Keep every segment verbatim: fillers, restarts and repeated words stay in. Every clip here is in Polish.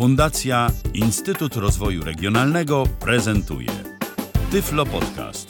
Fundacja Instytut Rozwoju Regionalnego prezentuje Tyflo Podcast.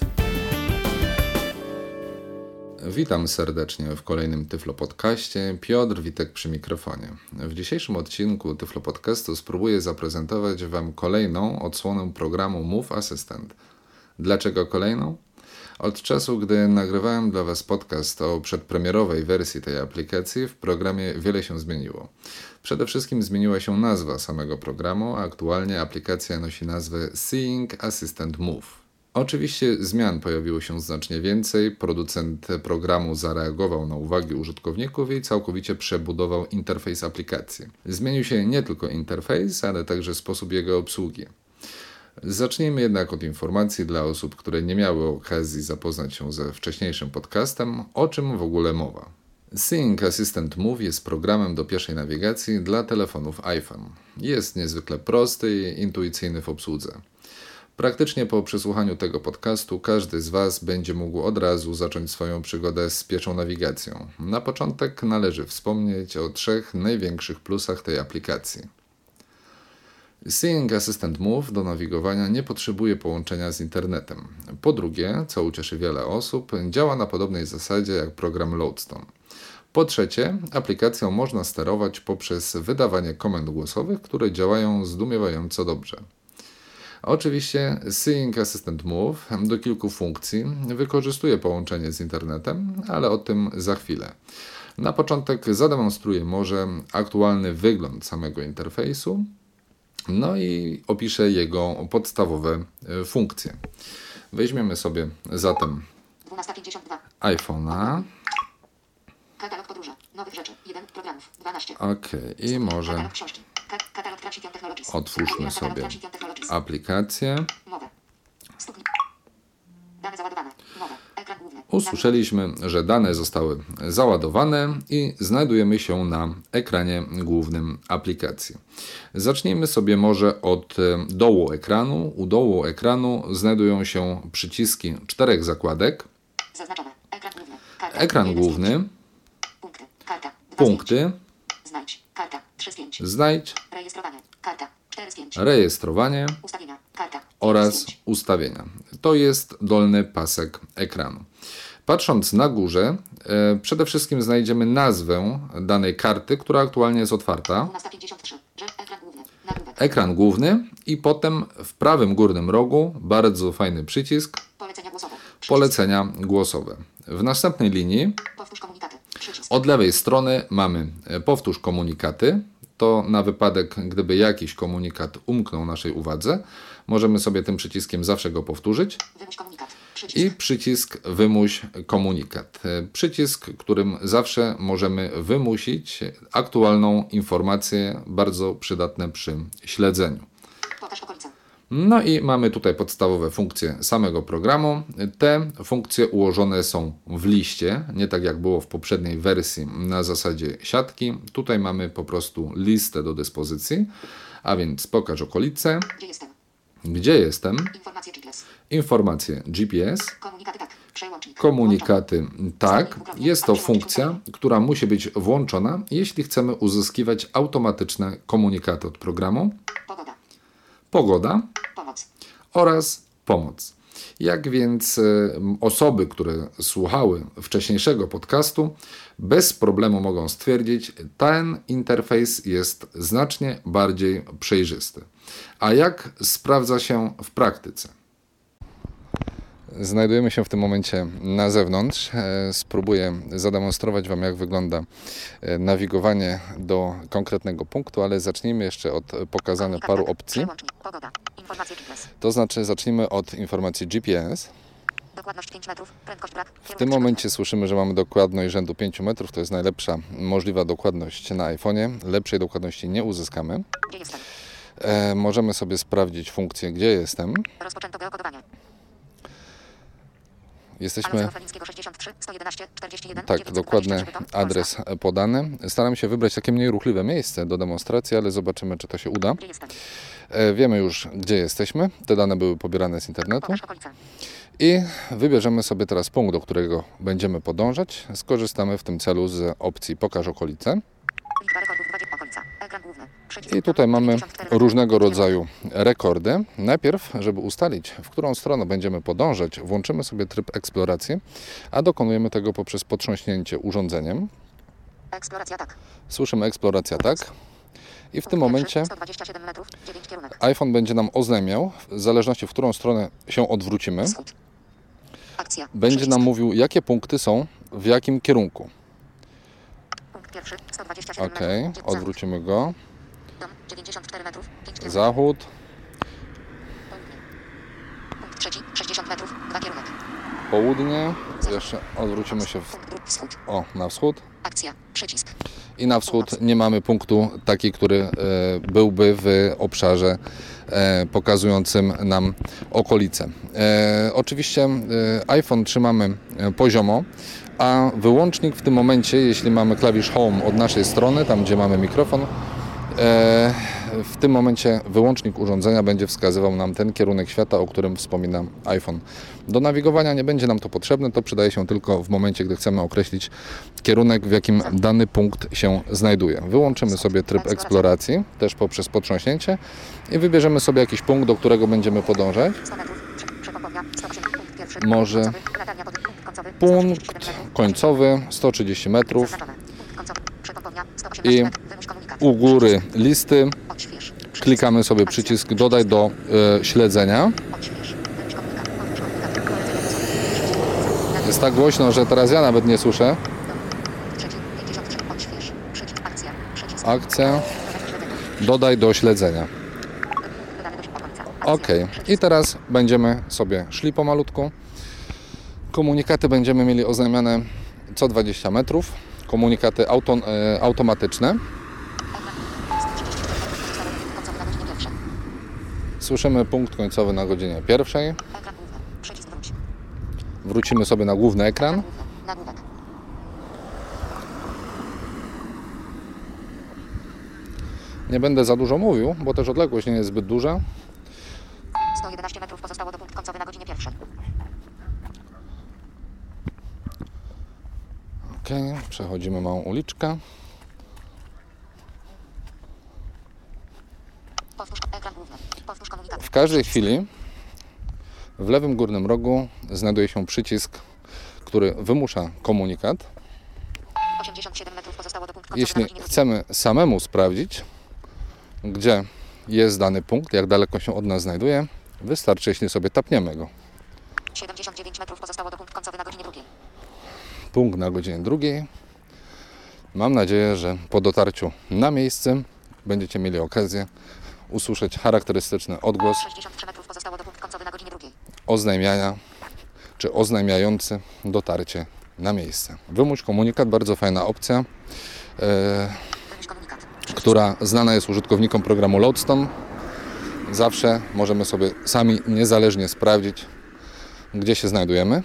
Witam serdecznie w kolejnym Tyflo Podcaście. Piotr Witek przy mikrofonie. W dzisiejszym odcinku Tyflo Podcastu spróbuję zaprezentować Wam kolejną odsłonę programu Move Assistant. Dlaczego kolejną? Od czasu, gdy nagrywałem dla Was podcast o przedpremierowej wersji tej aplikacji, w programie wiele się zmieniło. Przede wszystkim zmieniła się nazwa samego programu, a aktualnie aplikacja nosi nazwę Seeing Assistant Move. Oczywiście zmian pojawiło się znacznie więcej, producent programu zareagował na uwagi użytkowników i całkowicie przebudował interfejs aplikacji. Zmienił się nie tylko interfejs, ale także sposób jego obsługi. Zacznijmy jednak od informacji dla osób, które nie miały okazji zapoznać się ze wcześniejszym podcastem, o czym w ogóle mowa. Seeing Assistant Move jest programem do pieszej nawigacji dla telefonów iPhone. Jest niezwykle prosty i intuicyjny w obsłudze. Praktycznie po przesłuchaniu tego podcastu każdy z Was będzie mógł od razu zacząć swoją przygodę z pieszą nawigacją. Na początek należy wspomnieć o trzech największych plusach tej aplikacji. Seeing Assistant Move do nawigowania nie potrzebuje połączenia z internetem. Po drugie, co ucieszy wiele osób, działa na podobnej zasadzie jak program Loadstone. Po trzecie, aplikacją można sterować poprzez wydawanie komend głosowych, które działają zdumiewająco dobrze. Oczywiście Seeing Assistant Move do kilku funkcji wykorzystuje połączenie z internetem, ale o tym za chwilę. Na początek zademonstruję może aktualny wygląd samego interfejsu, no i opiszę jego podstawowe funkcje. Weźmiemy sobie zatem iPhone'a. Katalog podróży, nowych rzeczy, jeden programów, dwanaście. Ok, i może Katalog książki, katalog Transient Technologies. otwórzmy sobie aplikację. Mowa. Stuknij. Dane załadowane. Mowa. Ekran główny. Usłyszeliśmy, że dane zostały załadowane i znajdujemy się na ekranie głównym aplikacji. Zacznijmy sobie może od dołu ekranu. U dołu ekranu znajdują się przyciski czterech zakładek. Zaznaczone. Ekran główny. Karta. Ekran główny. Punkty. Karta. Punkty. Znajdź. Karta. trzy z pięć. Znajdź. Rejestrowanie. Karta. cztery z pięć. Rejestrowanie. Ustawienia. Karta. Oraz ustawienia. To jest dolny pasek ekranu. Patrząc na górze, e, przede wszystkim znajdziemy nazwę danej karty, która aktualnie jest otwarta. dwunasta pięćdziesiąt trzy. Ekran główny. Nagłówek. Ekran główny i potem w prawym górnym rogu bardzo fajny przycisk Polecenia głosowe. Przycisk. polecenia głosowe. W następnej linii Powtórz komunikaty. Przycisk. od lewej strony mamy e, powtórz komunikaty. To na wypadek, gdyby jakiś komunikat umknął naszej uwadze, możemy sobie tym przyciskiem zawsze go powtórzyć. Wymuś komunikat. Przycisk. I przycisk wymuś komunikat. Przycisk, którym zawsze możemy wymusić aktualną informację, bardzo przydatne przy śledzeniu. Pokaż okolice. No i mamy tutaj podstawowe funkcje samego programu. Te funkcje ułożone są w liście, nie tak jak było w poprzedniej wersji na zasadzie siatki. Tutaj mamy po prostu listę do dyspozycji, a więc pokaż okolice. Gdzie jestem? Gdzie jestem? Informacje G P S. Informacje G P S. Komunikaty tak. Przełącznik. Komunikaty tak. Jest to funkcja, która musi być włączona, jeśli chcemy uzyskiwać automatyczne komunikaty od programu. Pogoda. Pogoda Pomoc. oraz pomoc. Jak więc e, osoby, które słuchały wcześniejszego podcastu, bez problemu mogą stwierdzić, ten interfejs jest znacznie bardziej przejrzysty. A jak sprawdza się w praktyce? Znajdujemy się w tym momencie na zewnątrz. E, Spróbuję zademonstrować Wam, jak wygląda e, nawigowanie do konkretnego punktu, ale zacznijmy jeszcze od pokazania Komunikat paru tak. opcji. Przełącznik. Pogoda. Informacje G P S. To znaczy, zacznijmy od informacji G P S. Dokładność pięć metrów. Prędkość brak. W tym momencie słyszymy, że mamy dokładność rzędu pięć metrów. To jest najlepsza możliwa dokładność na iPhone'ie. Lepszej dokładności nie uzyskamy. Gdzie jestem? E, możemy sobie sprawdzić funkcję, gdzie jestem. Rozpoczęto geokodowanie. Jesteśmy, Alonso Felińskiego sześćdziesiąt trzy, sto jedenaście, czterdzieści jeden, tak, dziewięćset dokładny dwadzieścia trzy Bytom, adres Polska. podany. Staram się wybrać takie mniej ruchliwe miejsce do demonstracji, ale zobaczymy, czy to się uda. Gdzie jestem? E, wiemy już, gdzie jesteśmy. Te dane były pobierane z internetu. Pokaż okolice. I wybierzemy sobie teraz punkt, do którego będziemy podążać. Skorzystamy w tym celu z opcji Pokaż okolice. Liczba rekordów dwadzieścia okolica. Ekran Ekran główny. Przycisk. I tutaj mamy dziewięćdziesiąt cztery metry. różnego rodzaju rekordy. Najpierw, żeby ustalić, w którą stronę będziemy podążać, włączymy sobie tryb eksploracji, a dokonujemy tego poprzez potrząśnięcie urządzeniem. Eksploracja tak. Słyszymy eksploracja tak. I w tym momencie sto dwadzieścia siedem metrów, dziewięć kierunek. iPhone będzie nam oznajmiał, w zależności w którą stronę się odwrócimy, Wschód. Akcja. będzie Przycisk. nam mówił, jakie punkty są w jakim kierunku. Punkt pierwszy. sto dwadzieścia siedem Ok, metrów. odwrócimy go. Dom. dziewięćdziesiąt cztery metrów. pięć kierunek. Zachód, Południe. Punkt trzeci. sześćdziesiąt metrów. dwa kierunek. południe. Jeszcze odwrócimy się w, Punkt drugi. Wschód. o, na wschód. Akcja. Przycisk. I na wschód nie mamy punktu taki, który e, byłby w obszarze e, pokazującym nam okolice. E, oczywiście e, iPhone trzymamy e, poziomo, a wyłącznik w tym momencie, jeśli mamy klawisz Home od naszej strony, tam gdzie mamy mikrofon, e, w tym momencie wyłącznik urządzenia będzie wskazywał nam ten kierunek świata, o którym wspomina iPhone. Do nawigowania nie będzie nam to potrzebne, to przydaje się tylko w momencie, gdy chcemy określić kierunek, w jakim dany punkt się znajduje. Wyłączymy sobie tryb eksploracji, też poprzez potrząśnięcie i wybierzemy sobie jakiś punkt, do którego będziemy podążać. sto metrów. Prze- Przekopownia. sto osiem. Punkt pierwszy. Może Końcowy. Latarnia pod- punkt końcowy. sto trzydzieści siedem punkt metrów. końcowy sto trzydzieści metrów Zaznaczone. Punkt końcowy. Przekopownia. sto i osiemnaście metrów. Wymuś komunikat. u góry listy Odśwież. Przycisk. klikamy sobie Akcja. przycisk dodaj do e, śledzenia. Odśwież. Wymuś komunikat. Wymuś komunikat. Polecenie głosowe. Jest tak głośno, że teraz ja nawet nie słyszę. Trzeci. pięćdziesiąt trzy. Odśwież. Przycisk. Akcja. Przycisk. Akcja, Dodaj śledzenie. dodaj do śledzenia. Dodany do okolica. Akcja. Ok, i teraz będziemy sobie szli pomalutku. Komunikaty będziemy mieli oznajmiane co dwadzieścia metrów. Komunikaty auto, e, automatyczne. Słyszymy punkt końcowy na godzinie pierwszej. Ekran główny. Przycisk wróć. Wrócimy sobie na główny ekran. Główny. Nagłówek. Nie będę za dużo mówił, bo też odległość nie jest zbyt duża. sto jedenaście metrów pozostało do punktu końcowy na godzinie pierwszej. Ok, przechodzimy małą uliczkę. Powtórz ekran główny. Powtórz komunikat. W każdej chwili w lewym górnym rogu znajduje się przycisk, który wymusza komunikat. osiemdziesiąt siedem metrów pozostało do punktu końcowy na Jeśli godzinie drugiej. chcemy samemu sprawdzić, gdzie jest dany punkt, jak daleko się od nas znajduje, wystarczy, jeśli sobie tapniemy go. siedemdziesiąt dziewięć metrów pozostało do punktu końcowy na godzinie drugiej. Punkt na godzinie drugiej. Mam nadzieję, że po dotarciu na miejsce będziecie mieli okazję usłyszeć charakterystyczny odgłos sześćdziesiąt trzy metrów pozostało do punktu końcowy na godzinie drugiej. oznajmiania, czy oznajmiający dotarcie na miejsce. Wymuś komunikat, bardzo fajna opcja, e, Wymuś komunikat. która znana jest użytkownikom programu Loadstone. Zawsze możemy sobie sami niezależnie sprawdzić, gdzie się znajdujemy.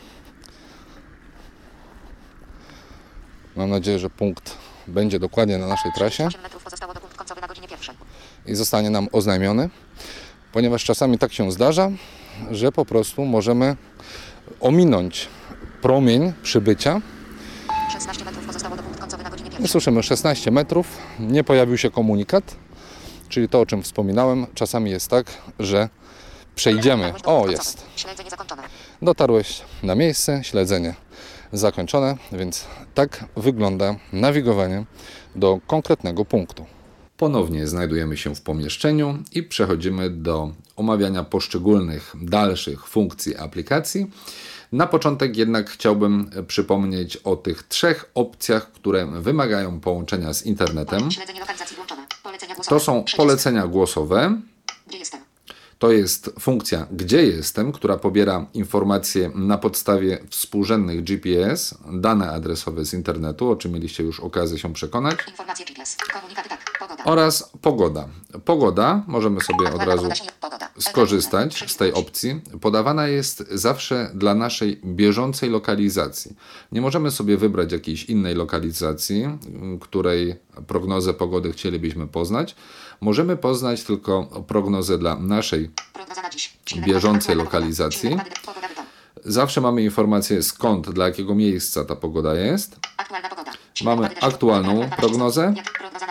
Mam nadzieję, że punkt będzie dokładnie na naszej trasie osiem metrów pozostało do punktu końcowy na godzinie pierwszej. i zostanie nam oznajmiony, ponieważ czasami tak się zdarza, że po prostu możemy ominąć promień przybycia. szesnaście metrów pozostało do punktu końcowy na godzinie I pierwszej. słyszymy szesnaście metrów, nie pojawił się komunikat, czyli to, o czym wspominałem. Czasami jest tak, że przejdziemy. Dotarłeś do O, punktu jest. końcowy. Śledzenie zakończone. Dotarłeś na miejsce, śledzenie zakończone, więc tak wygląda nawigowanie do konkretnego punktu. Ponownie znajdujemy się w pomieszczeniu i przechodzimy do omawiania poszczególnych dalszych funkcji aplikacji. Na początek jednak chciałbym przypomnieć o tych trzech opcjach, które wymagają połączenia z internetem. Śledzenie lokalizacji włączone. Polecenia głosowe. To są Przycisk. polecenia głosowe. Gdzie jestem? To jest funkcja Gdzie jestem, która pobiera informacje na podstawie współrzędnych G P S, dane adresowe z internetu, o czym mieliście już okazję się przekonać, Informacje G P S. Komunikaty tak. Pogoda. oraz pogoda. Pogoda, możemy sobie od Aktualna razu pogoda, śnieg, pogoda. Ekran skorzystać główny. z tej opcji. Podawana jest zawsze dla naszej bieżącej lokalizacji. Nie możemy sobie wybrać jakiejś innej lokalizacji, której prognozę pogody chcielibyśmy poznać. Możemy poznać tylko prognozę dla naszej Prognoza na dziś. bieżącej Aktualna lokalizacji. pogoda. Pogoda bytom. Zawsze mamy informację, skąd, dla jakiego miejsca ta pogoda jest. Aktualna pogoda. Mamy aktualną prognozę. Prognoza na dziś.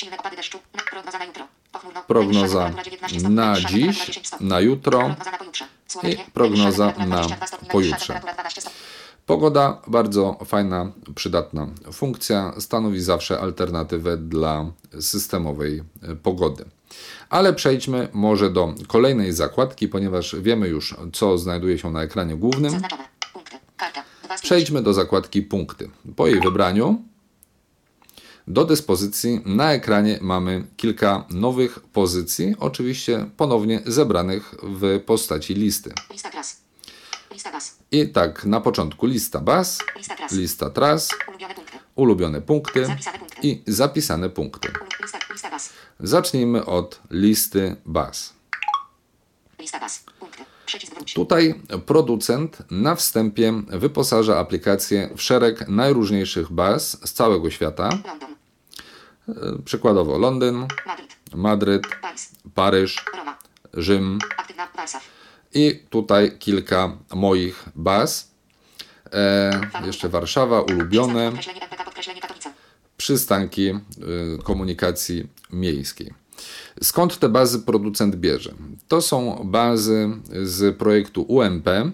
Silne opady deszczu. Na- Prognoza na jutro. Pochmurno. Prognoza Najwyższa temperatura dziewiętnaście stopni, na najwyższa temperatura dziś, dziesięć stopni. na jutro Prognoza na pojutrze. Słonecznie. i prognoza Najwyższa temperatura na dwadzieścia dwa stopni, najwyższa pojutrze. temperatura dwanaście stopni. Pogoda bardzo fajna, przydatna funkcja, stanowi zawsze alternatywę dla systemowej e, pogody. Ale przejdźmy może do kolejnej zakładki, ponieważ wiemy już, co znajduje się na ekranie głównym. Zaznaczone. Punkty. Karta. dwa z pięć. Przejdźmy do zakładki punkty. Po jej wybraniu do dyspozycji na ekranie mamy kilka nowych pozycji, oczywiście ponownie zebranych w postaci listy. Lista tras. Lista baz. I tak, na początku lista baz, Lista tras. lista tras, Ulubione punkty. ulubione punkty Zapisane punkty. i zapisane punkty. Ulu- Lista, lista baz. Zacznijmy od listy baz. Lista baz. Punkty. Przycisk wróć. Tutaj producent na wstępie wyposaża aplikację w szereg najróżniejszych baz z całego świata. London. Przykładowo Londyn, Madryt. Madryt, Paryż. Paryż, Roma. Rzym Aktywna Warszaw. i tutaj kilka moich baz. E, jeszcze Warszawa, ulubione, Podkreślenie M P K, podkreślenie Katowice. przystanki y, komunikacji miejskiej. Skąd te bazy producent bierze? To są bazy z projektu U M P,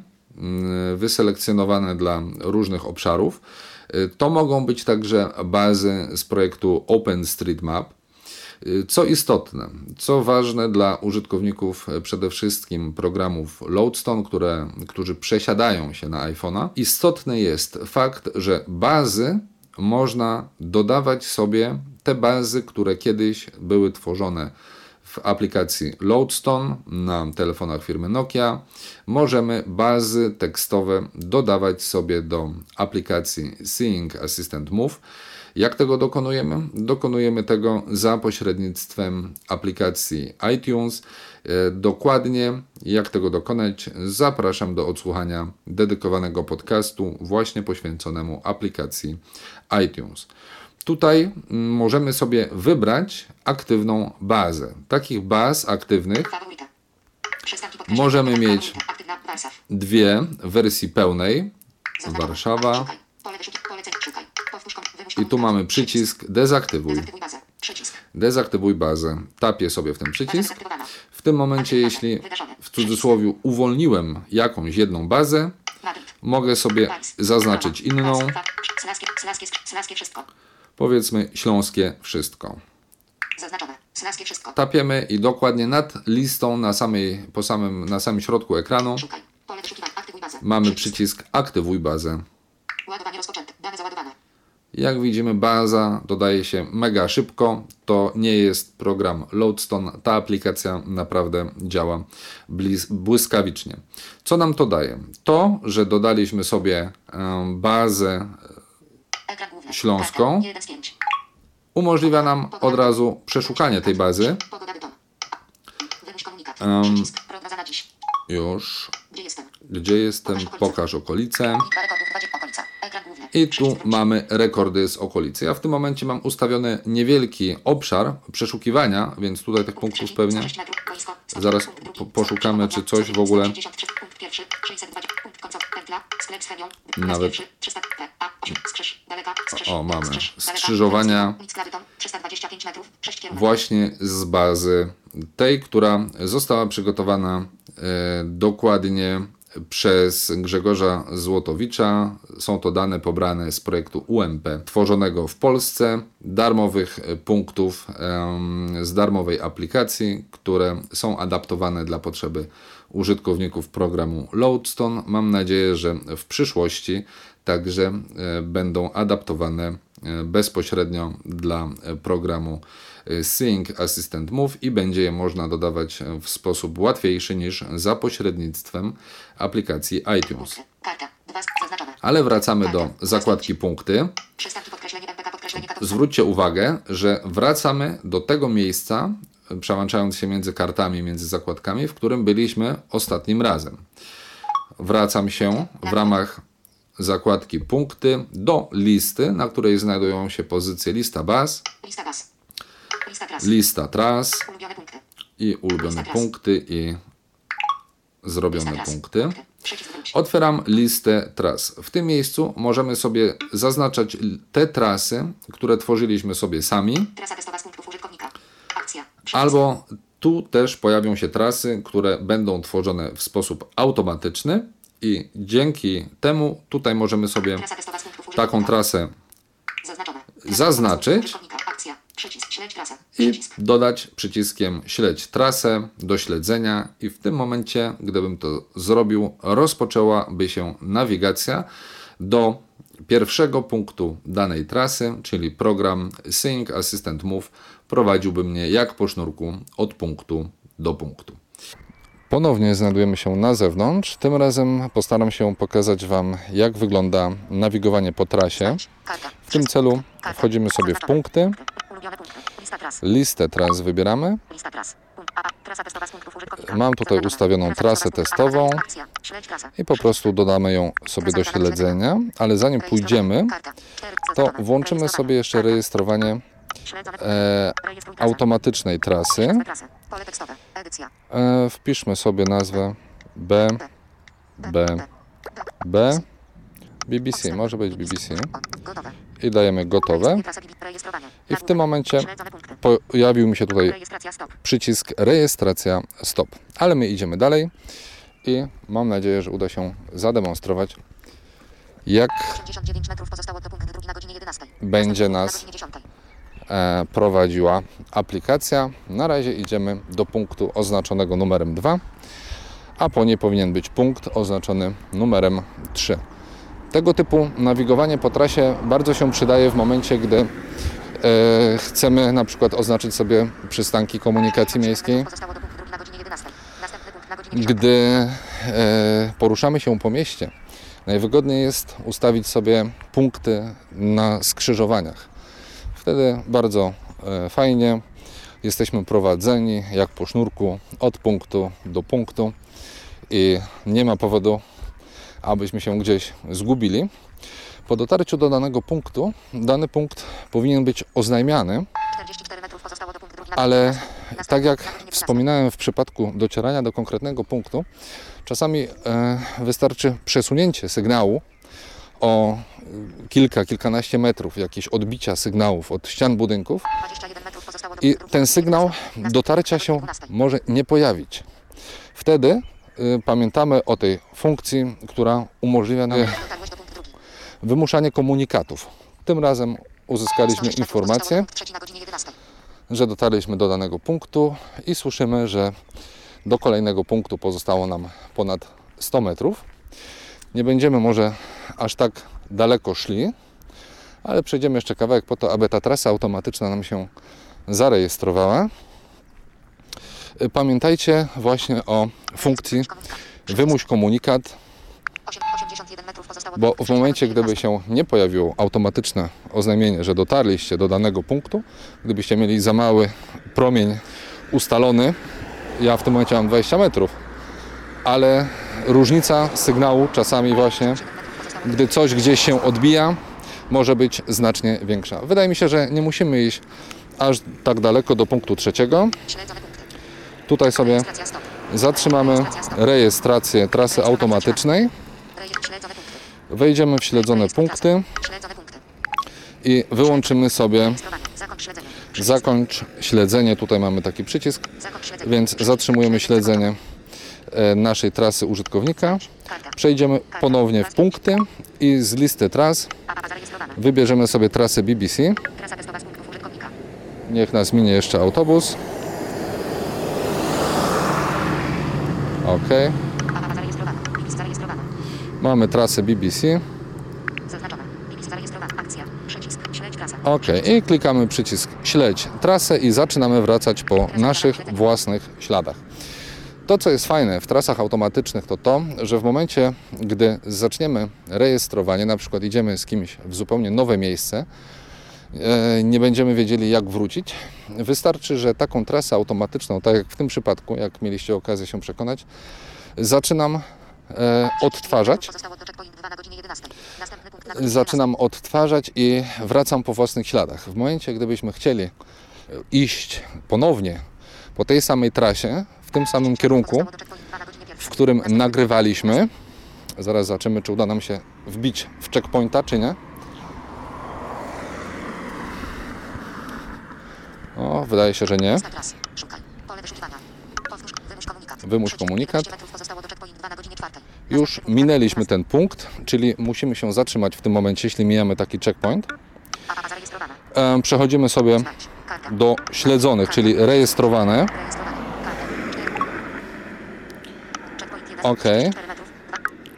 y, wyselekcjonowane dla różnych obszarów. Y, To mogą być także bazy z projektu OpenStreetMap. Y, Co istotne, co ważne dla użytkowników y, przede wszystkim programów Loadstone, które, którzy przesiadają się na iPhone'a, istotny jest fakt, że bazy można dodawać sobie te bazy, które kiedyś były tworzone w aplikacji Loadstone na telefonach firmy Nokia. Możemy bazy tekstowe dodawać sobie do aplikacji Seeing Assistant Move. Jak tego dokonujemy? Dokonujemy tego za pośrednictwem aplikacji iTunes. E, Dokładnie jak tego dokonać, zapraszam do odsłuchania dedykowanego podcastu właśnie poświęconemu aplikacji iTunes. Tutaj mm, możemy sobie wybrać aktywną bazę. Takich baz aktywnych Faworyta. Przystanki podkreślenie możemy M P K, mieć faworyta. Aktywna Warszaw. dwie w wersji pełnej. Zaznaczone. Warszawa. Szukaj. Pole wyszuki- poleceń. Szukaj. Powtórz kom- wymuś I tu komunikat. mamy przycisk dezaktywuj. Dezaktywuj bazę. Przycisk. Dezaktywuj bazę. Tapię sobie w ten Baza przycisk. dezaktywowana. W tym momencie, jeśli w cudzysłowie uwolniłem jakąś jedną bazę, Madryt. mogę sobie Paryż. zaznaczyć Roma. inną, Warszawa. Slaskie, slaskie, slaskie wszystko. powiedzmy śląskie wszystko. Zaznaczone. Slaskie wszystko. Tapiemy i dokładnie nad listą na, samej, po samym, na samym środku ekranu Szukaj. Pole wyszukiwania. Aktywuj bazę. mamy Przycisk. przycisk aktywuj bazę. Ładowanie rozpoczęte. Dane załadowane. Jak widzimy, baza dodaje się mega szybko. To nie jest program Loadstone. Ta aplikacja naprawdę działa blis- błyskawicznie. Co nam to daje? To, że dodaliśmy sobie em, bazę Ekran główny. śląską, Karta. jeden z pięć. umożliwia nam od razu przeszukanie tej bazy. Pogoda Bytom. Wymuś komunikat. Um, Przycisk. Prognoza na dziś. Już, Gdzie jestem? gdzie jestem, pokaż okolice. Liczba rekordów dwadzieścia. Okolica. Ekran główny. I tu Przycisk wróć. mamy rekordy z okolicy. Ja w tym momencie mam ustawiony niewielki obszar przeszukiwania, więc tutaj tych punktów Trzeci. pewnie sto sześć metrów. Boisko. sto zaraz punkt drugi. po- poszukamy, czy coś w sto ogóle sześćdziesiąt trzy. Punkt pierwszy. sześćset dwadzieścia. Punkt końcowy. Pętla. Sklep z chemią. Raz Nawet- pierwszy. trzysta. P. A. osiem. Skrzyż. Daleka. Skrzyż. O, mamy. Skrzyż. Daleka. Skrzyżowania. Nic Bytom. trzysta dwadzieścia pięć metrów. sześć kierunków. właśnie z bazy tej, która została przygotowana e, dokładnie przez Grzegorza Złotowicza. Są to dane pobrane z projektu U M P, tworzonego w Polsce, darmowych e, punktów em, z darmowej aplikacji, które są adaptowane dla potrzeby użytkowników programu Loadstone. Mam nadzieję, że w przyszłości także e, będą adaptowane e, bezpośrednio dla e, programu e, Seeing Assistant Move i będzie je można dodawać e, w sposób łatwiejszy niż za pośrednictwem aplikacji iTunes. Punkty. Karta. dwa. Zaznaczone. Ale wracamy do zakładki punkty. Przystanki podkreślenie M P K. Podkreślenie Katowice. Zwróćcie uwagę, że wracamy do tego miejsca, e, przełączając się między kartami, między zakładkami, w którym byliśmy ostatnim razem. Wracam się w ramach zakładki punkty do listy, na której znajdują się pozycje lista baz, Lista baz. Lista tras. lista tras Ulubione punkty. i ulubione punkty i zrobione Lista tras. punkty. Punkty. Przycisk wróć. Otwieram listę tras. W tym miejscu możemy sobie zaznaczać te trasy, które tworzyliśmy sobie sami. Trasa testowa z punktów użytkownika. Albo tu też pojawią się trasy, które będą tworzone w sposób automatyczny i dzięki temu tutaj możemy sobie Trasa testowa z punktów taką użytkownika. trasę Zaznaczone. zaznaczyć Użytkownika. Akcja. Przycisk. Śledź trasę. i Przycisk. dodać przyciskiem śledź trasę do śledzenia i w tym momencie, gdybym to zrobił, rozpoczęłaby się nawigacja do pierwszego punktu danej trasy, czyli program Seeing Assistant Move prowadziłby mnie jak po sznurku od punktu do punktu. Ponownie znajdujemy się na zewnątrz. Tym razem postaram się pokazać Wam, jak wygląda nawigowanie po trasie. Karta. W tym celu wchodzimy sobie w punkty, Ulubione punkty. Lista tras. listę tras wybieramy. Lista tras. Punkt A. Trasa testowa z punktów użytkownika. Mam tutaj Zaznaczone. ustawioną Trasa trasę testowa z punktów testową Akcja. Śledź trasę. i po prostu dodamy ją sobie do śledzenia, ale zanim pójdziemy, Karta. Cztery. to Zaznaczone. włączymy sobie jeszcze Karta. rejestrowanie Śledzone. e, Rejestruj trasę. automatycznej trasy. Śledzone trasę. Pole tekstowe. Edycja. E, wpiszmy sobie nazwę B, B, B, B B C, może być B B C O. Gotowe. i dajemy gotowe. Rejestruj trasę. Rejestrowanie. I w tym momencie Śledzone punkty. pojawił mi się tutaj Rejestracja stop. przycisk rejestracja stop. Ale my idziemy dalej i mam nadzieję, że uda się zademonstrować, jak osiemdziesiąt dziewięć metrów pozostało do punktu drugi na godzinie jedenastej. będzie Następny nas punkt na godzinie dziesiątej. e, prowadziła aplikacja. Na razie idziemy do punktu oznaczonego numerem dwa, a po niej powinien być punkt oznaczony numerem trzy. Tego typu nawigowanie po trasie bardzo się przydaje w momencie, gdy e, chcemy na przykład oznaczyć sobie przystanki komunikacji miejskiej. Pozostało do punktu drugi na godzinie jedenastej. Następny punkt na godzinie dziesiątej. Gdy e, poruszamy się po mieście, najwygodniej jest ustawić sobie punkty na skrzyżowaniach. Wtedy bardzo e, fajnie jesteśmy prowadzeni jak po sznurku od punktu do punktu i nie ma powodu, abyśmy się gdzieś zgubili. Po dotarciu do danego punktu, dany punkt powinien być oznajmiany, czterdzieści cztery metrów pozostało do punktu drugi na ale godzinie jedenastej. tak jak Następny punkt na godzinie jedenastej. wspominałem w przypadku docierania do konkretnego punktu, czasami e, wystarczy przesunięcie sygnału o kilka, kilkanaście metrów, jakieś odbicia sygnałów od ścian budynków dwadzieścia jeden metrów pozostało do i punktu drugi ten na sygnał godzinie jedenastej. dotarcia Następny się punkt na godzinie może nie pojawić. Wtedy y, pamiętamy o tej funkcji, która umożliwia nam jedenastej. Dotarłeś do punktu drugi. wymuszanie komunikatów. Tym razem uzyskaliśmy sto sześć metrów pozostało do informację, punktu trzeci na godzinie jedenastej. że dotarliśmy do danego punktu i słyszymy, że do kolejnego punktu pozostało nam ponad sto metrów. Nie będziemy może aż tak daleko szli, ale przejdziemy jeszcze kawałek po to, aby ta trasa automatyczna nam się zarejestrowała. Pamiętajcie właśnie o funkcji wymuś komunikat, osiem- osiemdziesiąt jeden metrów pozostało do bo punktu w trzeci na momencie, godzinie gdyby się nie pojawiło automatyczne oznajmienie, że dotarliście do danego punktu, gdybyście mieli za mały promień ustalony, ja w tym momencie mam dwadzieścia metrów, ale różnica sygnału czasami właśnie, gdy coś gdzieś się odbija, może być znacznie większa. Wydaje mi się, że nie musimy iść aż tak daleko do punktu trzeciego. Śledzone punkty. Tutaj sobie Rejestracja stop. zatrzymamy rejestrację trasy automatycznej, Reje- Śledzone punkty. wejdziemy w śledzone punkty Śledzone punkty. i wyłączymy sobie Rejestrowanie. Zakończ śledzenie. zakończ śledzenie. Tutaj mamy taki przycisk, Zakończ śledzenie. więc zatrzymujemy śledzenie e, naszej trasy użytkownika. Karta. Przejdziemy ponownie w punkty i z listy tras A, a, zarejestrowane. wybierzemy sobie trasę B B C. Trasa testowa z punktów użytkownika. Niech nas minie jeszcze autobus. OK. A, a, zarejestrowane. Bibis zarejestrowane. Mamy trasę B B C. Zaznaczone. Bibis zarejestrowane. Akcja. Przycisk. Śledź trasę. OK. I klikamy przycisk śledź trasę i zaczynamy wracać po naszych własnych śladach. To, co jest fajne w trasach automatycznych, to to, że w momencie, gdy zaczniemy rejestrowanie, na przykład idziemy z kimś w zupełnie nowe miejsce, e, nie będziemy wiedzieli, jak wrócić, wystarczy, że taką trasę automatyczną, tak jak w tym przypadku, jak mieliście okazję się przekonać, zaczynam e, odtwarzać. Pozostało do checkpoint dwa na godzinie jedenastej. Następny punkt na godzinie Zaczynam odtwarzać i wracam po własnych śladach. W momencie, gdybyśmy chcieli iść ponownie po tej samej trasie, w tym samym kierunku, Pozostało do checkpoint dwa na godzinie pierwszej. w którym Następny nagrywaliśmy, zaraz zobaczymy, czy uda nam się wbić w checkpointa, czy nie. O, wydaje się, że nie. Lista tras. Szukaj. Pole wyszukiwania. Powtórz. Wymóż komunikat. Wymóż komunikat. czterdzieści metrów pozostało do checkpoint dwa na godzinie czwartej. Już minęliśmy ten punkt, czyli musimy się zatrzymać w tym momencie, jeśli mijamy taki checkpoint. A, a, zarejestrowane. E, Przechodzimy sobie Znajdź. Karta. do śledzonych, czyli rejestrowane. Rejestrowane. Karta. cztery. Checkpoint jeden. Okej. cztery metrów. dwa.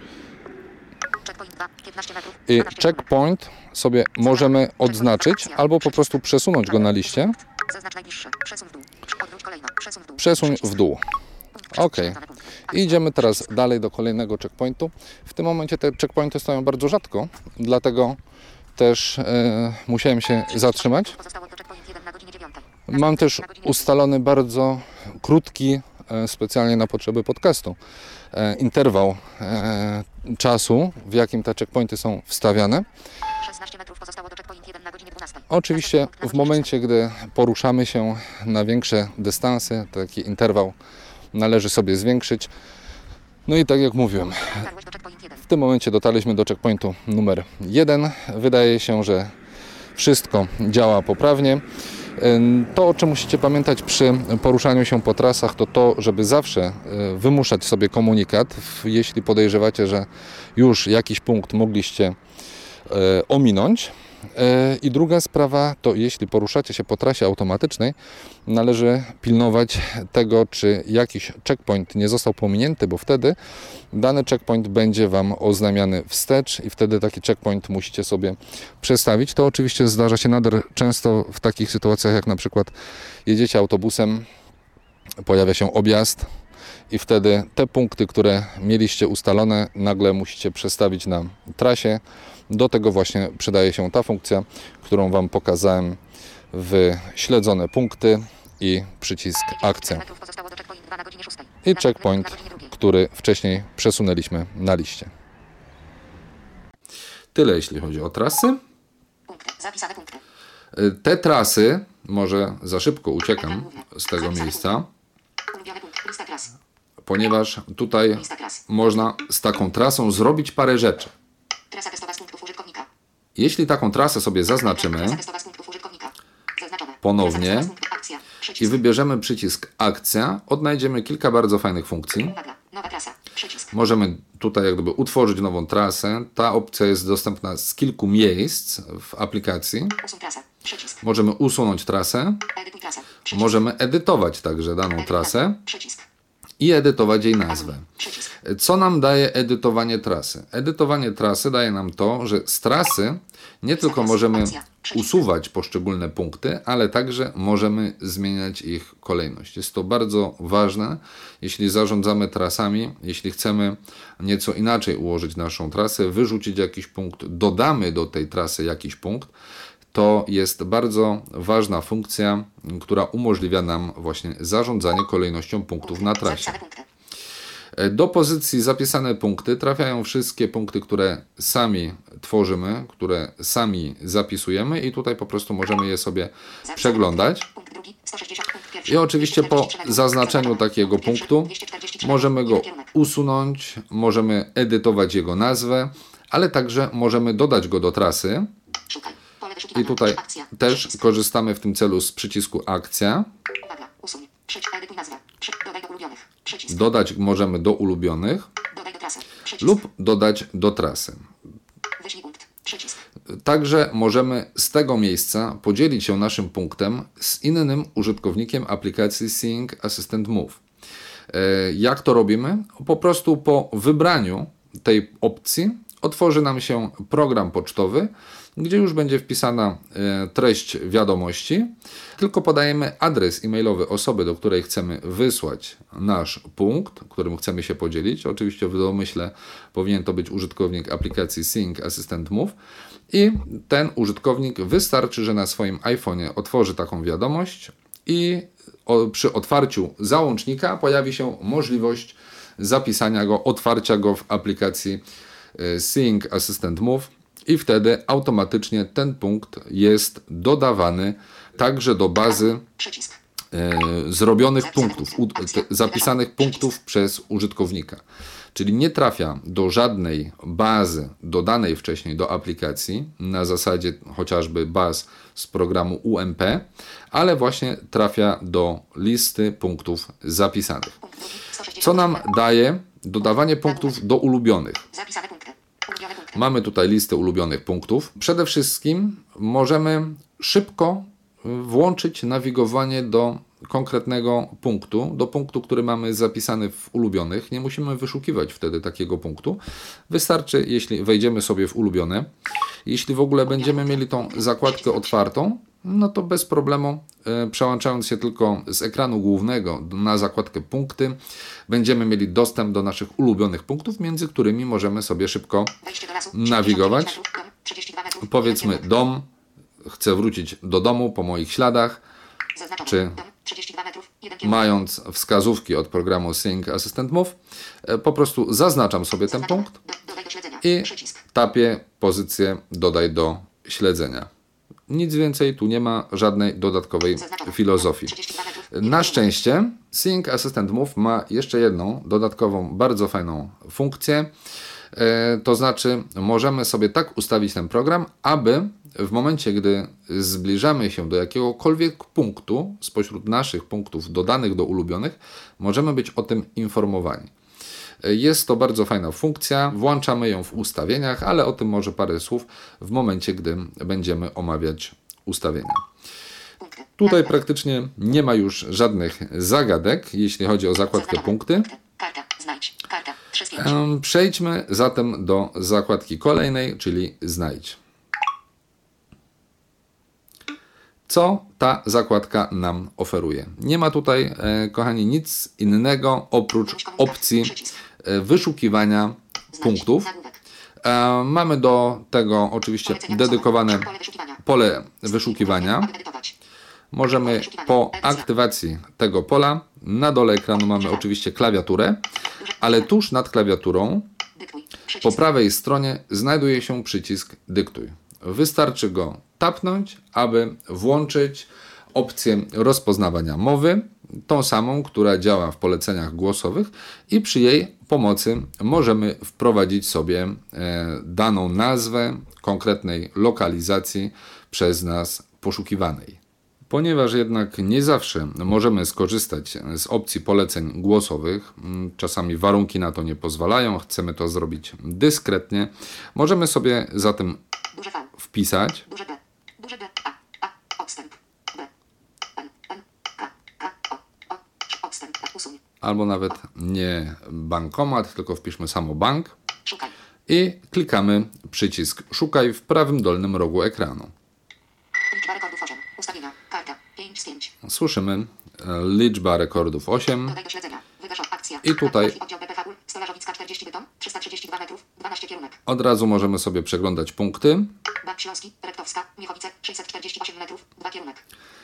Checkpoint dwa. piętnaście metrów. I dwanaście checkpoint sobie możemy odznaczyć albo po prostu przesunąć go na liście. Zaznacz najbliższy. Przesuń w dół. Odwróć kolejno. Przesuń w dół. Przesuń Przycisk. w dół. Punkt. Ok. Przesuń punkt. I idziemy teraz dalej do kolejnego checkpointu. W tym momencie te checkpointy stoją bardzo rzadko, dlatego też e, musiałem się zatrzymać. Pozostało do checkpoint jeden na godzinie dziewiątej. Mam też Na godzinie ustalony bardzo krótki, e, specjalnie na potrzeby podcastu, e, interwał e, czasu, w jakim te checkpointy są wstawiane. szesnaście metrów pozostało do checkpoint jeden na godzinie dwunastej. Oczywiście Następny punkt w na momencie, gdy poruszamy się na większe dystanse, taki interwał należy sobie zwiększyć. No i tak jak mówiłem, dotarłeś do checkpoint jeden. w tym momencie dotarliśmy do checkpointu numer jeden. Wydaje się, że wszystko działa poprawnie. To, o czym musicie pamiętać przy poruszaniu się po trasach, to to, żeby zawsze wymuszać sobie komunikat, jeśli podejrzewacie, że już jakiś punkt mogliście ominąć. I druga sprawa to, jeśli poruszacie się po trasie automatycznej, należy pilnować tego, czy jakiś checkpoint nie został pominięty, bo wtedy dany checkpoint będzie Wam oznamiany wstecz i wtedy taki checkpoint musicie sobie przestawić. To oczywiście zdarza się nader często w takich sytuacjach, jak na przykład jedziecie autobusem, pojawia się objazd i wtedy te punkty, które mieliście ustalone, nagle musicie przestawić na trasie. Do tego właśnie przydaje się ta funkcja, którą Wam pokazałem, w śledzone punkty i przycisk akcja. metrów pozostało do checkpoint dwa na godzinie szóstej. I Następny checkpoint, punkt na godzinie drugiej. który wcześniej przesunęliśmy na liście. Tyle jeśli chodzi o trasy. Punkty. Zapisane punkty. Te trasy, może za szybko uciekam z tego miejsca, Ulubiony punkt. Lista klas. ponieważ tutaj Lista klas. można z taką trasą zrobić parę rzeczy. Trasa testowa z punktów użytkownika. Jeśli taką trasę sobie zaznaczymy Trasa testowa z punktów użytkownika. Zaznaczone. ponownie Trasa testowa z punktów akcja. i Przycisk. wybierzemy przycisk akcja, odnajdziemy kilka bardzo fajnych funkcji. Uwaga. Nowa trasa. Przycisk. Możemy tutaj jak gdyby utworzyć nową trasę. Ta opcja jest dostępna z kilku miejsc w aplikacji. Usuń trasę. Przycisk. Możemy usunąć trasę. Edytuj trasę. Przycisk. Możemy edytować także daną Edytuj trasę Przycisk. i edytować jej nazwę. Przycisk. Co nam daje edytowanie trasy? Edytowanie trasy daje nam to, że z trasy nie tylko możemy usuwać poszczególne punkty, ale także możemy zmieniać ich kolejność. Jest to bardzo ważne, jeśli zarządzamy trasami, jeśli chcemy nieco inaczej ułożyć naszą trasę, wyrzucić jakiś punkt, dodamy do tej trasy jakiś punkt. To jest bardzo ważna funkcja, która umożliwia nam właśnie zarządzanie kolejnością punktów na trasie. Zapisane punkty. Do pozycji zapisane punkty trafiają wszystkie punkty, które sami tworzymy, które sami zapisujemy i tutaj po prostu możemy je sobie Zapisane przeglądać. punkty. Punkt drugi. sto sześćdziesiąt. Punkt pierwszy. I oczywiście po dwieście czterdzieści metrów. zaznaczeniu Zaznaczone. takiego Punkt pierwszy. punktu dwieście czterdzieści trzy możemy metrów. go Jeden kierunek. usunąć, możemy edytować jego nazwę, ale także możemy dodać go do trasy. Szukaj. Pole wyszukiwania. I tutaj Akcja. też Przycisk. korzystamy w tym celu z przycisku akcja. Uwaga. Usuń. Przycisk. Edytuj nazwę. Przy... Dodaj do ulubionych. Przycisk. Dodać możemy do ulubionych Dodaj do trasy. Przycisk. lub dodać do trasy. Wyślij punkt. Przycisk. Także możemy z tego miejsca podzielić się naszym punktem z innym użytkownikiem aplikacji Seeing Assistant Move. E, Jak to robimy? Po prostu po wybraniu tej opcji otworzy nam się program pocztowy, gdzie już będzie wpisana e, treść wiadomości. Tylko podajemy adres e-mailowy osoby, do której chcemy wysłać nasz punkt, którym chcemy się podzielić. Oczywiście w domyśle powinien to być użytkownik aplikacji Seeing Assistant Move. I ten użytkownik wystarczy, że na swoim iPhone'ie otworzy taką wiadomość i o, przy otwarciu załącznika pojawi się możliwość zapisania go, otwarcia go w aplikacji e, Seeing Assistant Move i wtedy automatycznie ten punkt jest dodawany także do bazy Przycisk. e, zrobionych punktów, u, te, zapisanych punktów przez użytkownika. Czyli nie trafia do żadnej bazy dodanej wcześniej do aplikacji, na zasadzie chociażby baz z programu U M P, ale właśnie trafia do listy punktów zapisanych. Co nam daje dodawanie punktów do ulubionych? Zapisane punkty. Ulubione punkty. Mamy tutaj listę ulubionych punktów. Przede wszystkim możemy szybko włączyć nawigowanie do konkretnego punktu, do punktu, który mamy zapisany w ulubionych. Nie musimy wyszukiwać wtedy takiego punktu. Wystarczy, jeśli wejdziemy sobie w ulubione. Jeśli w ogóle będziemy mieli tą zakładkę otwartą, no to bez problemu, e, przełączając się tylko z ekranu głównego na zakładkę punkty, będziemy mieli dostęp do naszych ulubionych punktów, między którymi możemy sobie szybko Wejście do lasu. nawigować. trzydzieści dziewięć metrów, dom, trzydzieści dwa metrów, Powiedzmy jeden dom, chcę wrócić do domu po moich śladach, kierunek. Zaznaczone. czy Dom, trzydzieści dwa metrów, jeden kierunek. mając wskazówki od programu Sync Assistant Move, e, po prostu zaznaczam sobie ten Zaznaczone. punkt Do, dodaj do śledzenia. i Przycisk. tapię pozycję dodaj do śledzenia. Nic więcej, tu nie ma żadnej dodatkowej Zaznaczone. filozofii. trzydzieści dwa metrów, jeden Na kierunek. szczęście Sync Assistant Move ma jeszcze jedną dodatkową, bardzo fajną funkcję. E, to znaczy możemy sobie tak ustawić ten program, aby w momencie, gdy zbliżamy się do jakiegokolwiek punktu spośród naszych punktów dodanych do ulubionych, możemy być o tym informowani. Jest to bardzo fajna funkcja, włączamy ją w ustawieniach, ale o tym może parę słów w momencie, gdy będziemy omawiać ustawienia. Punkty. Tutaj praktycznie nie ma już żadnych zagadek, jeśli chodzi o zakładkę Zaznaczone. punkty. Karta. Znajdź. Karta. trzy z pięć. Em, Przejdźmy zatem do zakładki kolejnej, czyli znajdź. Co ta zakładka nam oferuje? Nie ma tutaj, e, kochani, nic innego oprócz opcji e, wyszukiwania punktów. Nagłówek. E, mamy do tego oczywiście Polecenia dedykowane Pole wyszukiwania. pole wyszukiwania. Aby edytować. Możemy po aktywacji tego pola, na dole ekranu mamy oczywiście klawiaturę, ale tuż nad klawiaturą Dyktuj. Przycisk. po prawej stronie znajduje się przycisk dyktuj. Wystarczy go tapnąć, aby włączyć opcję rozpoznawania mowy, tą samą, która działa w poleceniach głosowych, i przy jej pomocy możemy wprowadzić sobie e, daną nazwę konkretnej lokalizacji przez nas poszukiwanej. Ponieważ jednak nie zawsze możemy skorzystać z opcji poleceń głosowych, czasami warunki na to nie pozwalają, chcemy to zrobić dyskretnie, możemy sobie zatem Duże V. wpisać Duże B. Duże B. A. A. Odstęp. B. N. N. K. K. O. O. Odstęp. Usuń. albo nawet nie bankomat, tylko wpiszmy samo bank Szukaj. i klikamy przycisk szukaj w prawym dolnym rogu ekranu. Liczba rekordów osiem. Ustawienia. Karta. pięć z pięć. Słyszymy e, liczba rekordów osiem. Dodaj do śledzenia. Wygasza. Akcja. I tutaj- Oddział B P H. Stolarzowicka czterdzieści Bytom. trzysta trzydzieści dwa metrów. dwanaście kierunek. Od razu możemy sobie przeglądać punkty. Bank Śląski. Rektowska. Miechowice. sześćset czterdzieści osiem metrów. dwa kierunek.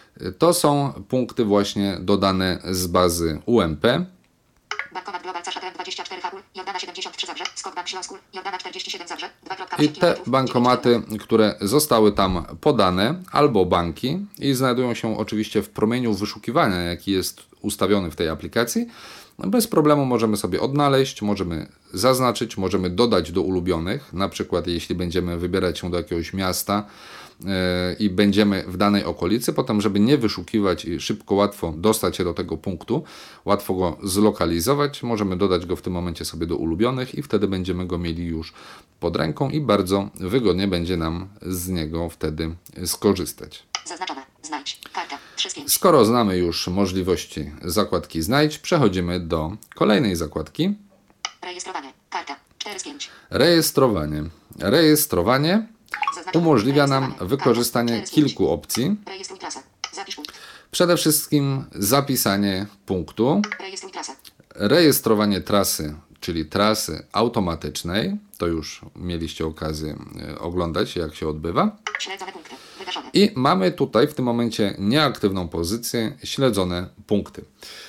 To są punkty właśnie dodane z bazy U M P. Bankomat Global Cash A T M dwadzieścia cztery H. Jordana siedemdziesiąt trzy Zabrze. Skok Bank Śląsku. Jordana czterdzieści siedem Zabrze. dwa I te bankomaty, które zostały tam podane, albo banki, i znajdują się oczywiście w promieniu wyszukiwania, jaki jest ustawiony w tej aplikacji, bez problemu możemy sobie odnaleźć, możemy zaznaczyć, możemy dodać do ulubionych. Na przykład jeśli będziemy wybierać się do jakiegoś miasta yy, i będziemy w danej okolicy, potem żeby nie wyszukiwać i szybko, łatwo dostać się do tego punktu, łatwo go zlokalizować, możemy dodać go w tym momencie sobie do ulubionych i wtedy będziemy go mieli już pod ręką i bardzo wygodnie będzie nam z niego wtedy skorzystać. Zaznaczone. Znajdź. Karta. trzy z pięć. Skoro znamy już możliwości zakładki znajdź, przechodzimy do kolejnej zakładki. Rejestrowanie. Karta. cztery z pięć. Rejestrowanie. Rejestrowanie Zaznaczone. umożliwia nam Rejestrowanie. wykorzystanie Karta. cztery z pięć. kilku opcji. Rejestruj trasę. Zapisz punkt. Przede wszystkim zapisanie punktu, Rejestruj trasę. rejestrowanie trasy, czyli trasy automatycznej. To już mieliście okazję e, oglądać, jak się odbywa. Śledzone punkty. Wygaszone. I mamy tutaj w tym momencie nieaktywną pozycję śledzone punkty.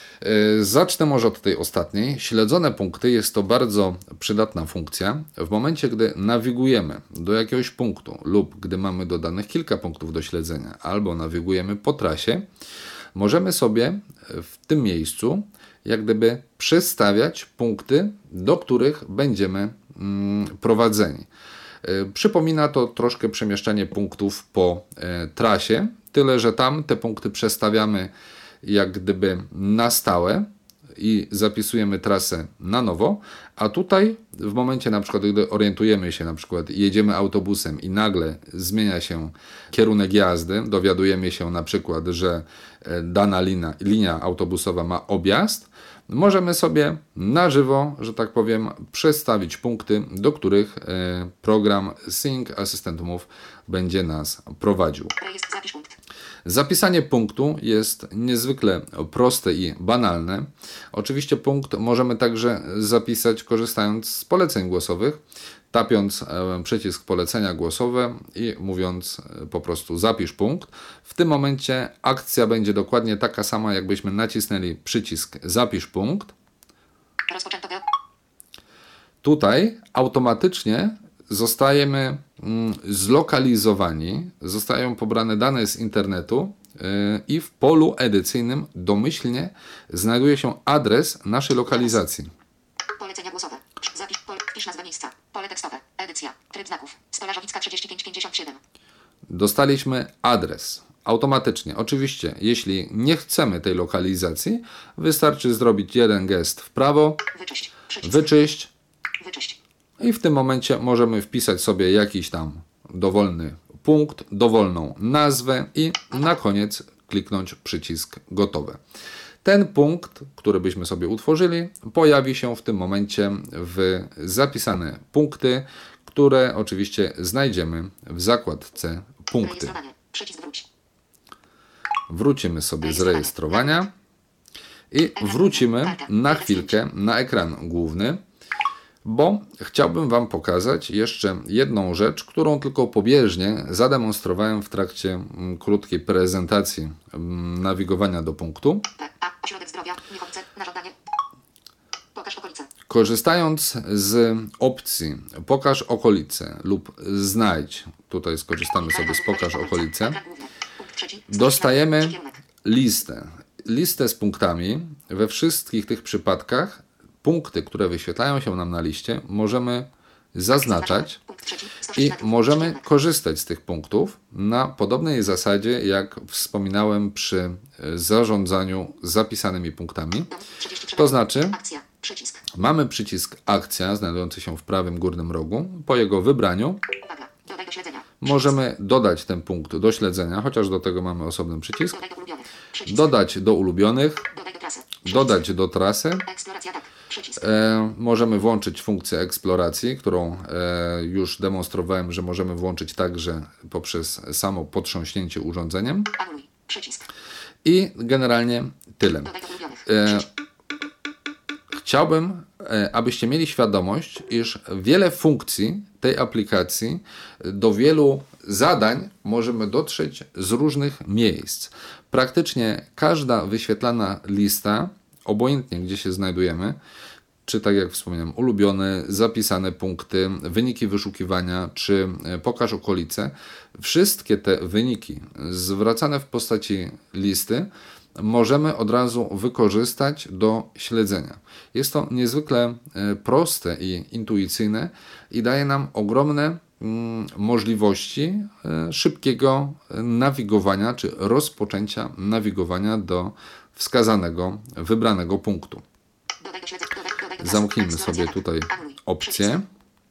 Yy, Zacznę może od tej ostatniej. Śledzone punkty jest to bardzo przydatna funkcja. W momencie, gdy nawigujemy do jakiegoś punktu lub gdy mamy dodanych kilka punktów do śledzenia albo nawigujemy po trasie, możemy sobie w tym miejscu jak gdyby przestawiać punkty, do których będziemy mm, prowadzeni. Przypomina to troszkę przemieszczanie punktów po e, trasie, tyle że tam te punkty przestawiamy jak gdyby na stałe i zapisujemy trasę na nowo, a tutaj w momencie na przykład, gdy orientujemy się, na przykład jedziemy autobusem i nagle zmienia się kierunek jazdy, dowiadujemy się na przykład, że dana linia, linia autobusowa ma objazd, możemy sobie na żywo, że tak powiem, przestawić punkty, do których program Sync Assistant Move będzie nas prowadził. Rejestr, zapisz punkt. Zapisanie punktu jest niezwykle proste i banalne. Oczywiście punkt możemy także zapisać korzystając z poleceń głosowych, tapiąc przycisk polecenia głosowe i mówiąc po prostu zapisz punkt. W tym momencie akcja będzie dokładnie taka sama, jakbyśmy nacisnęli przycisk zapisz punkt. Rozpoczęto go. Tutaj automatycznie zostajemy mm, zlokalizowani, zostają pobrane dane z internetu yy, i w polu edycyjnym domyślnie znajduje się adres naszej lokalizacji. Polecenia głosowe. Zapisz, pole, wpisz nazwę miejsca. Pole tekstowe. Edycja. Tryb znaków. Stolarza trzydzieści pięć pięćdziesiąt siedem. Dostaliśmy adres automatycznie. Oczywiście, jeśli nie chcemy tej lokalizacji, wystarczy zrobić jeden gest w prawo, Wyczyść. Przycisk. wyczyść, Wyczyść. i w tym momencie możemy wpisać sobie jakiś tam dowolny punkt, dowolną nazwę i na koniec kliknąć przycisk gotowe. Ten punkt, który byśmy sobie utworzyli, pojawi się w tym momencie w zapisane punkty, które oczywiście znajdziemy w zakładce punkty. Rejestrowanie. Przycisk wróć. Wrócimy sobie z rejestrowania i wrócimy na chwilkę na ekran główny, bo chciałbym Wam pokazać jeszcze jedną rzecz, którą tylko pobieżnie zademonstrowałem w trakcie mm, krótkiej prezentacji mm, nawigowania do punktu. A. Ośrodek zdrowia. Niechowice. Na żądanie. Pokaż okolice. Korzystając z opcji pokaż okolice lub znajdź, tutaj skorzystamy sobie z pokaż okolice, Ekran główny. Punkt trzeci. dostajemy Kierunek. listę. Listę z punktami. We wszystkich tych przypadkach punkty, które wyświetlają się nam na liście, możemy zaznaczać Punkt trzeci. sto i sześć metrów. możemy Kierunek. korzystać z tych punktów na podobnej zasadzie, jak wspominałem przy e, zarządzaniu zapisanymi punktami. Dom. trzydzieści trzy To metrów. znaczy, Akcja. Przycisk. mamy przycisk akcja znajdujący się w prawym górnym rogu. Po jego wybraniu Uwaga. Dodaj do śledzenia. możemy dodać ten punkt do śledzenia, chociaż do tego mamy osobny przycisk. Dodaj do ulubionych. Przycisk. Dodać do ulubionych, Dodaj do trasy. Przycisk. dodać do trasy. Eksploracja tak. Przycisk. E, możemy włączyć funkcję eksploracji, którą e, już demonstrowałem, że możemy włączyć także poprzez samo potrząśnięcie urządzeniem. Anuluj. Przycisk. I generalnie tyle. Dodaj do ulubionych. E, chciałbym, e, abyście mieli świadomość, iż wiele funkcji tej aplikacji, do wielu zadań możemy dotrzeć z różnych miejsc. Praktycznie każda wyświetlana lista, obojętnie gdzie się znajdujemy, czy tak jak wspomniałem, ulubione, zapisane punkty, wyniki wyszukiwania, czy pokaż okolice, wszystkie te wyniki zwracane w postaci listy możemy od razu wykorzystać do śledzenia. Jest to niezwykle proste i intuicyjne i daje nam ogromne mm, możliwości szybkiego nawigowania, czy rozpoczęcia nawigowania do wskazanego, wybranego punktu. Dodaj do śledzenia. Dodaj, dodaj do trasy. Zamknijmy Eksploracja sobie tak. tutaj Anuluj. opcję Przycisk.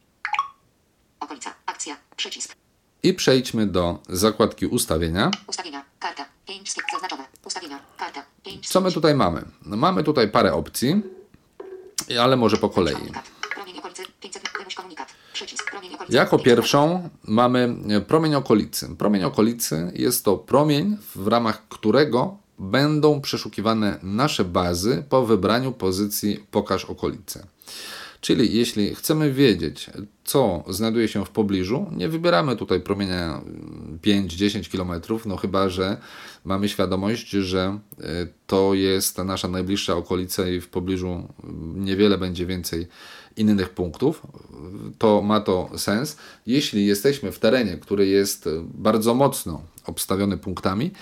Okolica. Akcja. Przycisk. i przejdźmy do zakładki ustawienia. Ustawienia. Karta. pięć z zaznaczone. Ustawienia. Karta. pięć. Co my tutaj mamy? No, mamy tutaj parę opcji, ale może po kolei. Komunikat. Promień okolicy. pięćset. Wymuś komunikat. Przycisk. Promień okolicy. Jako pięćset pierwszą mamy promień okolicy. Promień okolicy jest to promień, w ramach którego będą przeszukiwane nasze bazy po wybraniu pozycji pokaż okolice. Czyli jeśli chcemy wiedzieć, co znajduje się w pobliżu, nie wybieramy tutaj promienia pięć do dziesięciu kilometrów, no chyba że mamy świadomość, że to jest nasza najbliższa okolica i w pobliżu niewiele będzie więcej innych punktów. To ma to sens. Jeśli jesteśmy w terenie, który jest bardzo mocno obstawiony punktami,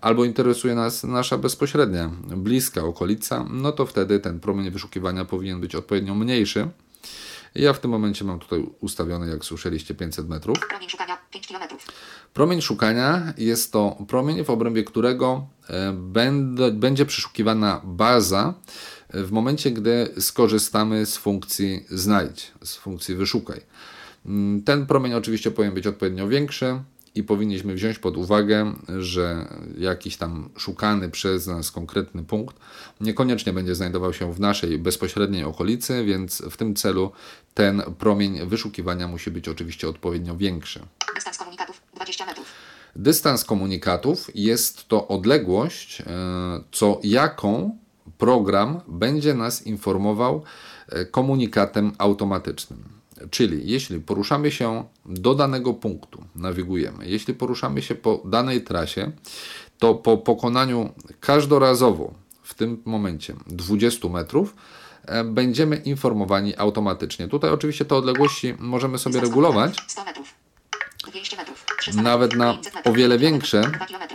albo interesuje nas nasza bezpośrednia, bliska okolica, no to wtedy ten promień wyszukiwania powinien być odpowiednio mniejszy. Ja w tym momencie mam tutaj ustawiony, jak słyszeliście, pięćset metrów. Promień szukania pięć kilometrów. Promień szukania jest to promień, w obrębie którego będzie przeszukiwana baza w momencie, gdy skorzystamy z funkcji znajdź, z funkcji wyszukaj. Ten promień oczywiście powinien być odpowiednio większy i powinniśmy wziąć pod uwagę, że jakiś tam szukany przez nas konkretny punkt niekoniecznie będzie znajdował się w naszej bezpośredniej okolicy, więc w tym celu ten promień wyszukiwania musi być oczywiście odpowiednio większy. Dystans komunikatów dwadzieścia metrów. Dystans komunikatów jest to odległość, co jaką program będzie nas informował komunikatem automatycznym. Czyli jeśli poruszamy się do danego punktu, nawigujemy, jeśli poruszamy się po danej trasie, to po pokonaniu każdorazowo w tym momencie dwudziestu metrów będziemy informowani automatycznie. Tutaj oczywiście te odległości możemy sobie regulować, sto metrów. dwieście metrów. nawet na o wiele większe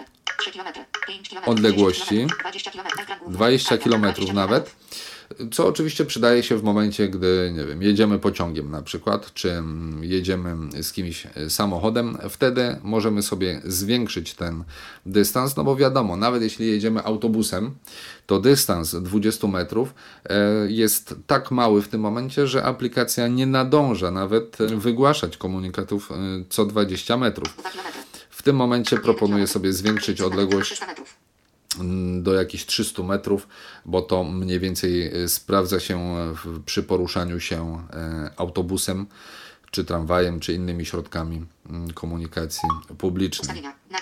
odległości, dwadzieścia kilometrów nawet, co oczywiście przydaje się w momencie, gdy nie wiem, jedziemy pociągiem na przykład, czy jedziemy z kimś samochodem, wtedy możemy sobie zwiększyć ten dystans, no bo wiadomo, nawet jeśli jedziemy autobusem, to dystans dwudziestu metrów jest tak mały w tym momencie, że aplikacja nie nadąża nawet wygłaszać komunikatów co dwadzieścia metrów. W tym momencie proponuję sobie zwiększyć odległość do jakichś trzystu metrów, bo to mniej więcej sprawdza się w, przy poruszaniu się e, autobusem, czy tramwajem, czy innymi środkami m, komunikacji publicznej.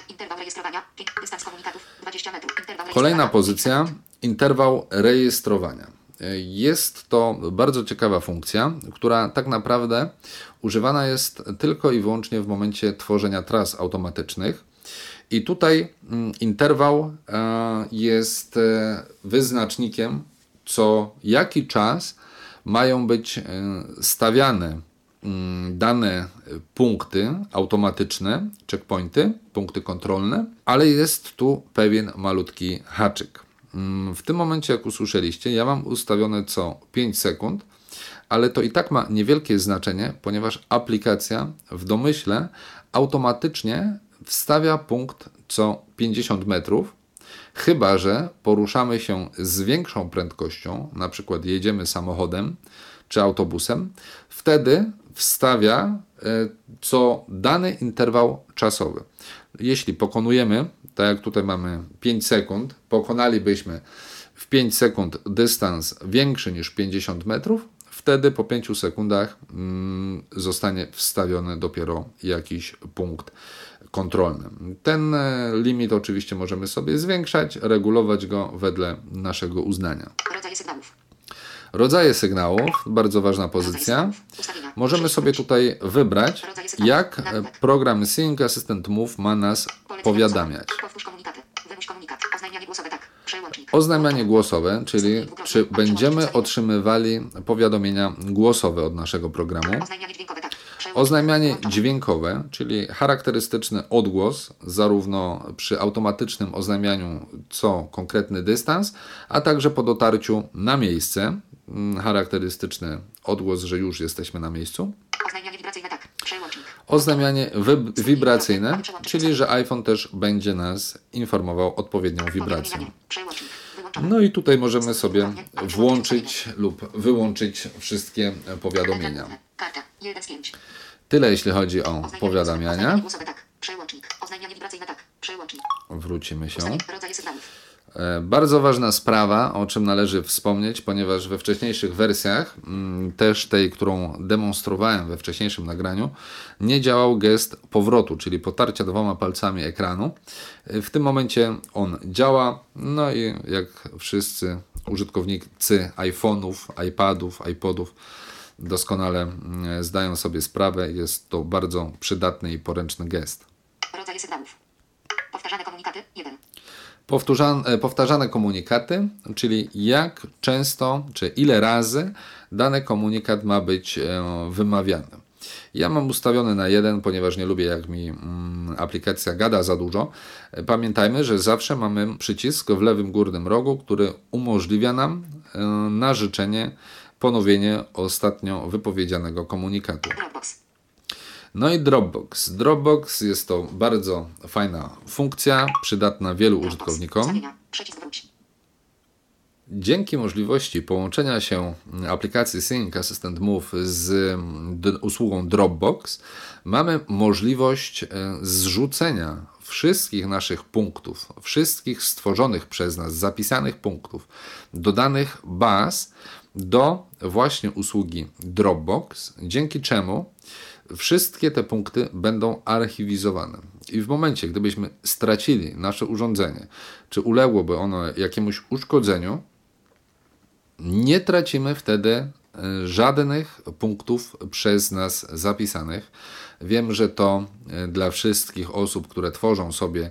Kolejna pozycja, interwał rejestrowania. Jest to bardzo ciekawa funkcja, która tak naprawdę używana jest tylko i wyłącznie w momencie tworzenia tras automatycznych. I tutaj interwał jest wyznacznikiem, co jaki czas mają być stawiane dane punkty automatyczne, checkpointy, punkty kontrolne, ale jest tu pewien malutki haczyk. W tym momencie, jak usłyszeliście, ja mam ustawione co pięć sekund, ale to i tak ma niewielkie znaczenie, ponieważ aplikacja w domyśle automatycznie wstawia punkt co pięćdziesiąt metrów, chyba że poruszamy się z większą prędkością, na przykład jedziemy samochodem czy autobusem, wtedy wstawia co dany interwał czasowy. Jeśli pokonujemy, tak jak tutaj mamy pięć sekund, pokonalibyśmy w pięć sekund dystans większy niż pięćdziesiąt metrów, wtedy po pięciu sekundach mm, zostanie wstawiony dopiero jakiś punkt kontrolny. Ten limit oczywiście możemy sobie zwiększać, regulować go wedle naszego uznania. Rodzaje sygnałów. Rodzaje sygnałów, bardzo ważna pozycja. Możemy sobie tutaj wybrać, jak program Sing Assistant Move ma nas powiadamiać. Oznajmianie głosowe, czyli czy będziemy otrzymywali powiadomienia głosowe od naszego programu. Oznajmianie dźwiękowe, czyli charakterystyczny odgłos, zarówno przy automatycznym oznajmianiu co konkretny dystans, a także po dotarciu na miejsce, charakterystyczny odgłos, że już jesteśmy na miejscu. Oznajmianie wibracyjne, tak. Przełącznik. Oznajmianie wy- wibracyjne, czyli że iPhone też będzie nas informował odpowiednią wibracją. No i tutaj możemy sobie włączyć lub wyłączyć wszystkie powiadomienia. Karta jeden z pięciu. Tyle jeśli chodzi o powiadamiania. Wrócimy się. Bardzo ważna sprawa, o czym należy wspomnieć, ponieważ we wcześniejszych wersjach, też tej, którą demonstrowałem we wcześniejszym nagraniu, nie działał gest powrotu, czyli potarcia dwoma palcami ekranu. W tym momencie on działa, no i jak wszyscy użytkownicy iPhone'ów, iPadów, iPodów doskonale zdają sobie sprawę, jest to bardzo przydatny i poręczny gest. Rodzaje sygnałów. Powtarzane komunikaty jeden. Powtórzane, powtarzane komunikaty, czyli jak często, czy ile razy dany komunikat ma być wymawiany. Ja mam ustawiony na jeden, ponieważ nie lubię, jak mi mm, aplikacja gada za dużo. Pamiętajmy, że zawsze mamy przycisk w lewym górnym rogu, który umożliwia nam y, na życzenie ponowienie ostatnio wypowiedzianego komunikatu. Dropbox. No i Dropbox. Dropbox jest to bardzo fajna funkcja, przydatna wielu użytkownikom. Ustawienia. Przycisk wróć. Dzięki możliwości połączenia się aplikacji Sync Assistant Move z d- usługą Dropbox mamy możliwość e, zrzucenia wszystkich naszych punktów, wszystkich stworzonych przez nas, zapisanych punktów do danych baz do właśnie usługi Dropbox, dzięki czemu wszystkie te punkty będą archiwizowane. I w momencie, gdybyśmy stracili nasze urządzenie, czy uległoby ono jakiemuś uszkodzeniu, nie tracimy wtedy żadnych punktów przez nas zapisanych. Wiem, że to dla wszystkich osób, które tworzą sobie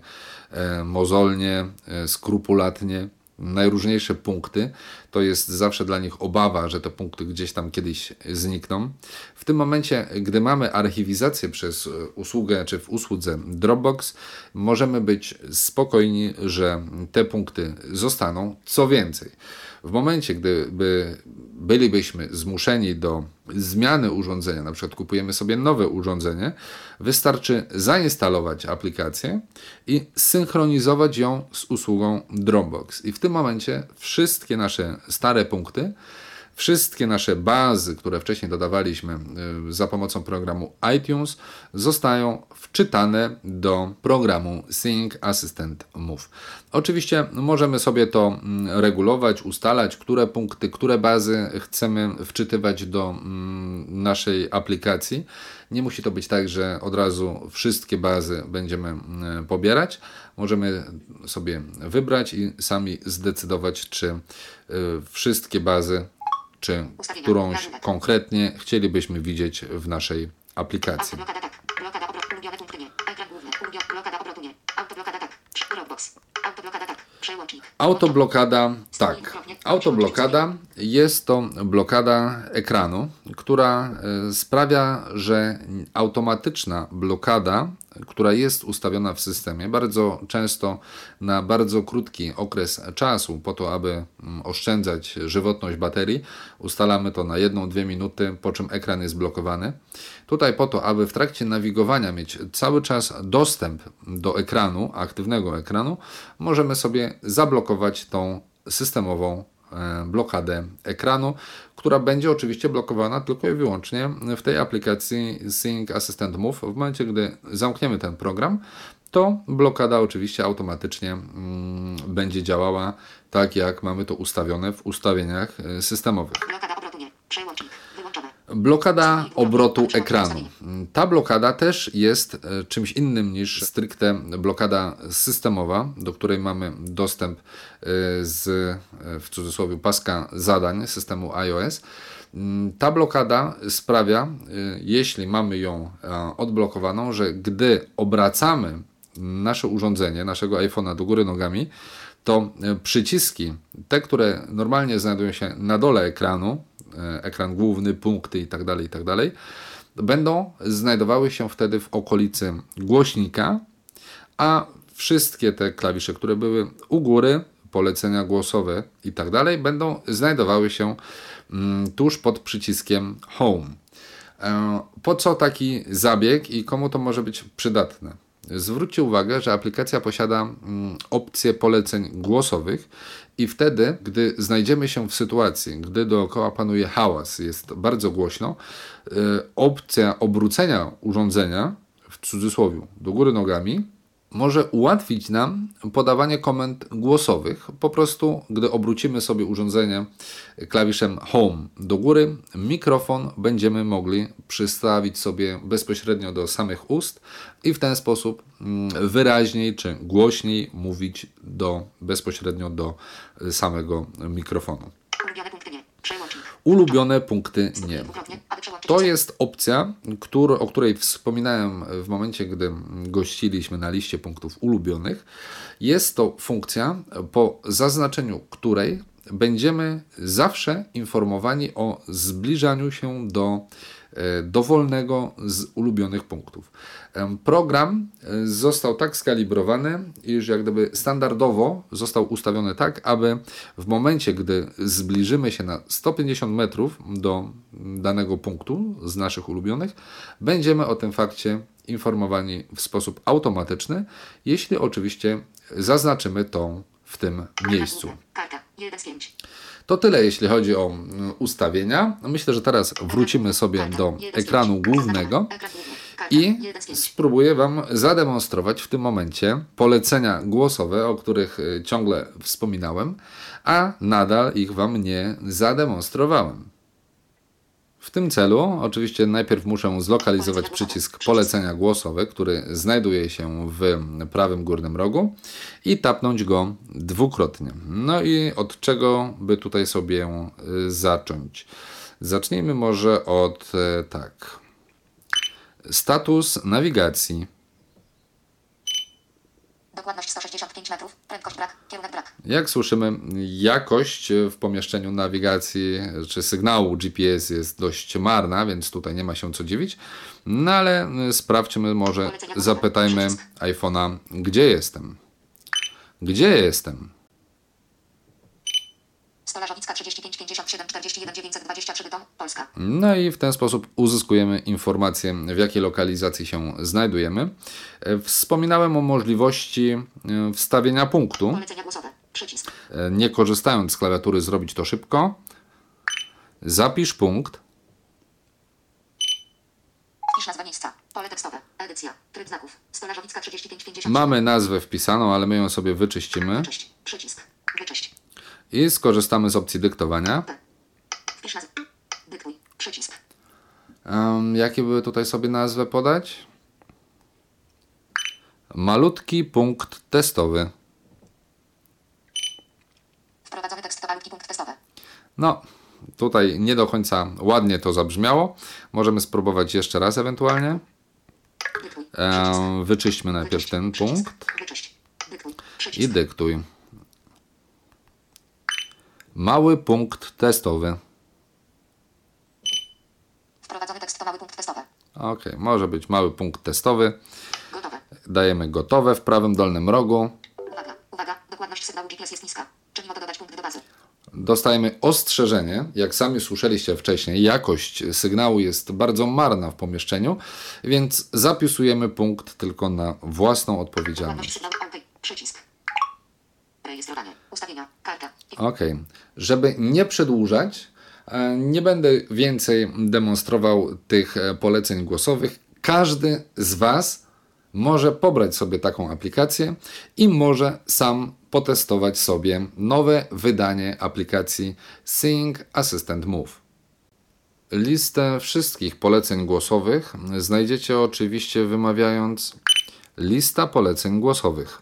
mozolnie, skrupulatnie najróżniejsze punkty, to jest zawsze dla nich obawa, że te punkty gdzieś tam kiedyś znikną. W tym momencie, gdy mamy archiwizację przez usługę, czy w usłudze Dropbox, możemy być spokojni, że te punkty zostaną. Co więcej, w momencie, gdyby bylibyśmy zmuszeni do zmiany urządzenia, na przykład kupujemy sobie nowe urządzenie, wystarczy zainstalować aplikację i synchronizować ją z usługą Dropbox. I w tym momencie wszystkie nasze stare punkty, wszystkie nasze bazy, które wcześniej dodawaliśmy za pomocą programu iTunes, zostają wczytane do programu Sync Assistant Move. Oczywiście możemy sobie to regulować, ustalać, które punkty, które bazy chcemy wczytywać do naszej aplikacji. Nie musi to być tak, że od razu wszystkie bazy będziemy pobierać. Możemy sobie wybrać i sami zdecydować, czy wszystkie bazy, czy którąś konkretnie chcielibyśmy widzieć w naszej aplikacji. Autoblokada tak. Blokada obrot. Ulubione punkty nie. Ekran główny. Ulubione. Blokada obrotu nie. Autoblokada tak. Dropbox. Autoblokada tak. Przełącznik. Autoblokada, tak. Autoblokada jest to blokada ekranu, która y, sprawia, że automatyczna blokada, która jest ustawiona w systemie, bardzo często na bardzo krótki okres czasu, po to, aby mm, oszczędzać żywotność baterii, ustalamy to na jedną, dwie minuty, po czym ekran jest blokowany. Tutaj po to, aby w trakcie nawigowania mieć cały czas dostęp do ekranu, aktywnego ekranu, możemy sobie zablokować tą systemową blokadę ekranu, która będzie oczywiście blokowana tylko i wyłącznie w tej aplikacji Sync Assistant Move. W momencie, gdy zamkniemy ten program, to blokada oczywiście automatycznie mm, będzie działała tak, jak mamy to ustawione w ustawieniach systemowych. Blokada obrotu nie. Przełącznik. Wyłączone. Blokada obrotu ekranu. Ta blokada też jest czymś innym niż stricte blokada systemowa, do której mamy dostęp z, w cudzysłowie, paska zadań systemu iOS. Ta blokada sprawia, jeśli mamy ją odblokowaną, że gdy obracamy nasze urządzenie, naszego iPhone'a do góry nogami, to przyciski, te, które normalnie znajdują się na dole ekranu, ekran główny, punkty itd., itd., będą znajdowały się wtedy w okolicy głośnika, a wszystkie te klawisze, które były u góry, polecenia głosowe itd., będą znajdowały się mm, tuż pod przyciskiem Home. E, po co taki zabieg i komu to może być przydatne? Zwróćcie uwagę, że aplikacja posiada mm, opcję poleceń głosowych i wtedy, gdy znajdziemy się w sytuacji, gdy dookoła panuje hałas, jest bardzo głośno, y, opcja obrócenia urządzenia, w cudzysłowie, do góry nogami, może ułatwić nam podawanie komend głosowych. Po prostu, gdy obrócimy sobie urządzenie klawiszem Home do góry, mikrofon będziemy mogli przystawić sobie bezpośrednio do samych ust i w ten sposób wyraźniej czy głośniej mówić do, bezpośrednio do samego mikrofonu. Ulubione punkty nie. Przełącznik. Ulubione punkty nie. Dwukrotnie, aby przełączyć. To jest opcja, który, o której wspominałem w momencie, gdy gościliśmy na liście punktów ulubionych. Jest to funkcja, po zaznaczeniu której będziemy zawsze informowani o zbliżaniu się do dowolnego z ulubionych punktów. Program został tak skalibrowany, iż jak gdyby standardowo został ustawiony tak, aby w momencie, gdy zbliżymy się na sto pięćdziesiąt metrów do danego punktu z naszych ulubionych, będziemy o tym fakcie informowani w sposób automatyczny, jeśli oczywiście zaznaczymy to w tym miejscu. Karta jeden z pięć. To tyle, jeśli chodzi o ustawienia. Myślę, że teraz wrócimy sobie do ekranu głównego i spróbuję Wam zademonstrować w tym momencie polecenia głosowe, o których ciągle wspominałem, a nadal ich Wam nie zademonstrowałem. W tym celu oczywiście najpierw muszę zlokalizować przycisk polecenia głosowe, który znajduje się w prawym górnym rogu i tapnąć go dwukrotnie. No i od czego by tutaj sobie zacząć? Zacznijmy może od tak. Status nawigacji. Dokładność sto sześćdziesiąt pięć metrów, prędkość brak, kierunek brak. Jak słyszymy, jakość w pomieszczeniu nawigacji czy sygnału G P S jest dość marna, więc tutaj nie ma się co dziwić. No ale sprawdźmy może, zapytajmy iPhone'a, gdzie jestem? Gdzie jestem? Stolarzowicka trzydzieści pięć pięćdziesiąt siedem czterdzieści jeden dziewięćset dwadzieścia trzy Bytom, Polska. No i w ten sposób uzyskujemy informację, w jakiej lokalizacji się znajdujemy. Wspominałem o możliwości wstawienia punktu. Polecenia głosowe. Przycisk. Nie korzystając z klawiatury, zrobić to szybko. Zapisz punkt. Wpisz nazwę miejsca. Pole tekstowe. Edycja. Tryb znaków. Stolarzowicka trzydzieści pięć pięćdziesiąt. Mamy nazwę wpisaną, ale my ją sobie wyczyścimy. Wyczyść. Przycisk. Wyczyść. I skorzystamy z opcji dyktowania. Wpisz nazwę. Dyktuj. Przycisk. Um, jakie by tutaj sobie nazwę podać? Malutki punkt testowy. Wprowadzony tekst to malutki punkt testowy. No, tutaj nie do końca ładnie to zabrzmiało. Możemy spróbować jeszcze raz ewentualnie. Dyktuj. Um, wyczyśćmy najpierw ten punkt Wyczyść. Dyktuj. i Przycisk. dyktuj. Mały punkt testowy. Wprowadzony tekst to mały punkt testowy. Ok, może być mały punkt testowy. Gotowe. Dajemy gotowe w prawym dolnym rogu. Uwaga. Uwaga. Dokładność sygnału G P S jest niska. Czym mogę dodać punkt do bazy? Dostajemy ostrzeżenie, jak sami słyszeliście wcześniej, jakość sygnału jest bardzo marna w pomieszczeniu, więc zapisujemy punkt tylko na własną Dokładność odpowiedzialność. sygnału OK. Przycisk. Rejestrowanie. Ustawienia. Karta. Ok, żeby nie przedłużać, e, nie będę więcej demonstrował tych e, poleceń głosowych. Każdy z Was może pobrać sobie taką aplikację i może sam potestować sobie nowe wydanie aplikacji Sing Assistant Move. Listę wszystkich poleceń głosowych znajdziecie oczywiście wymawiając lista poleceń głosowych.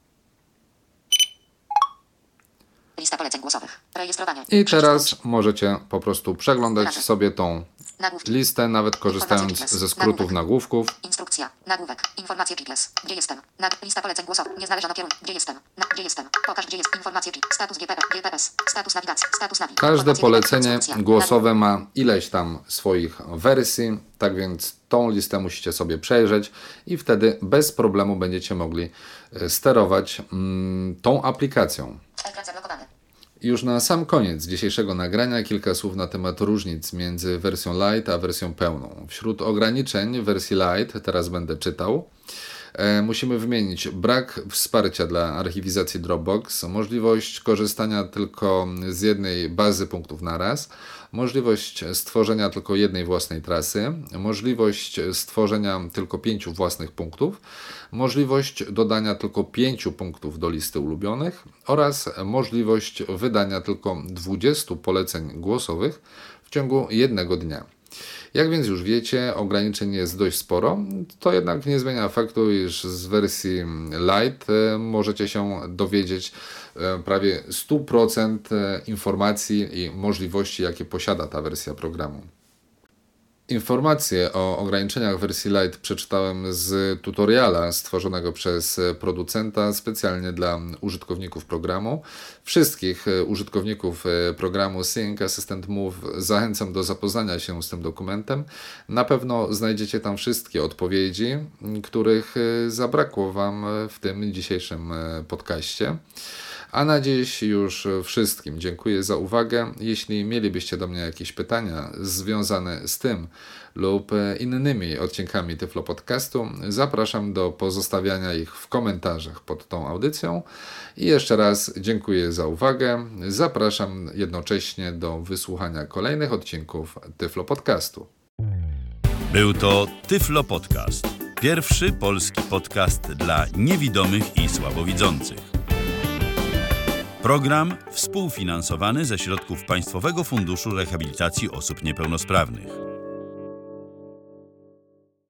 Lista poleceń głosowych. Rejestrowanie. I teraz możecie po prostu przeglądać sobie tą Nagłówki. listę, nawet korzystając ze skrótów nagłówków. Instrukcja. Nagłówek. Informacje G P S. Gdzie jestem? Nag... Lista poleceń głosowych. Nie znaleziono kierunek. Gdzie jestem? Na... Gdzie jestem? Pokaż gdzie jest. Informacje G. Status G P S. G P S. Status nawigacji. Status nawi. Każde Informacje polecenie Instrukcja. głosowe ma ileś tam swoich wersji, tak więc tą listę musicie sobie przejrzeć i wtedy bez problemu będziecie mogli e, sterować mm, tą aplikacją. Ekran zablokowany. Już na sam koniec dzisiejszego nagrania kilka słów na temat różnic między wersją Lite a wersją pełną. Wśród ograniczeń wersji Lite, teraz będę czytał, e, musimy wymienić brak wsparcia dla archiwizacji Dropbox, możliwość korzystania tylko z jednej bazy punktów naraz, możliwość stworzenia tylko jednej własnej trasy, możliwość stworzenia tylko pięciu własnych punktów, możliwość dodania tylko pięciu punktów do listy ulubionych oraz możliwość wydania tylko dwudziestu poleceń głosowych w ciągu jednego dnia. Jak więc już wiecie, ograniczeń jest dość sporo, to jednak nie zmienia faktu, iż z wersji Lite możecie się dowiedzieć prawie sto procent informacji i możliwości, jakie posiada ta wersja programu. Informacje o ograniczeniach wersji Lite przeczytałem z tutoriala stworzonego przez producenta specjalnie dla użytkowników programu. Wszystkich użytkowników programu Seeing Assistant Move zachęcam do zapoznania się z tym dokumentem. Na pewno znajdziecie tam wszystkie odpowiedzi, których zabrakło Wam w tym dzisiejszym podcaście. A na dziś już wszystkim dziękuję za uwagę. Jeśli mielibyście do mnie jakieś pytania związane z tym lub innymi odcinkami Tyflo Podcastu, zapraszam do pozostawiania ich w komentarzach pod tą audycją. I jeszcze raz dziękuję za uwagę. Zapraszam jednocześnie do wysłuchania kolejnych odcinków Tyflo Podcastu. Był to Tyflo Podcast. Pierwszy polski podcast dla niewidomych i słabowidzących. Program współfinansowany ze środków Państwowego Funduszu Rehabilitacji Osób Niepełnosprawnych.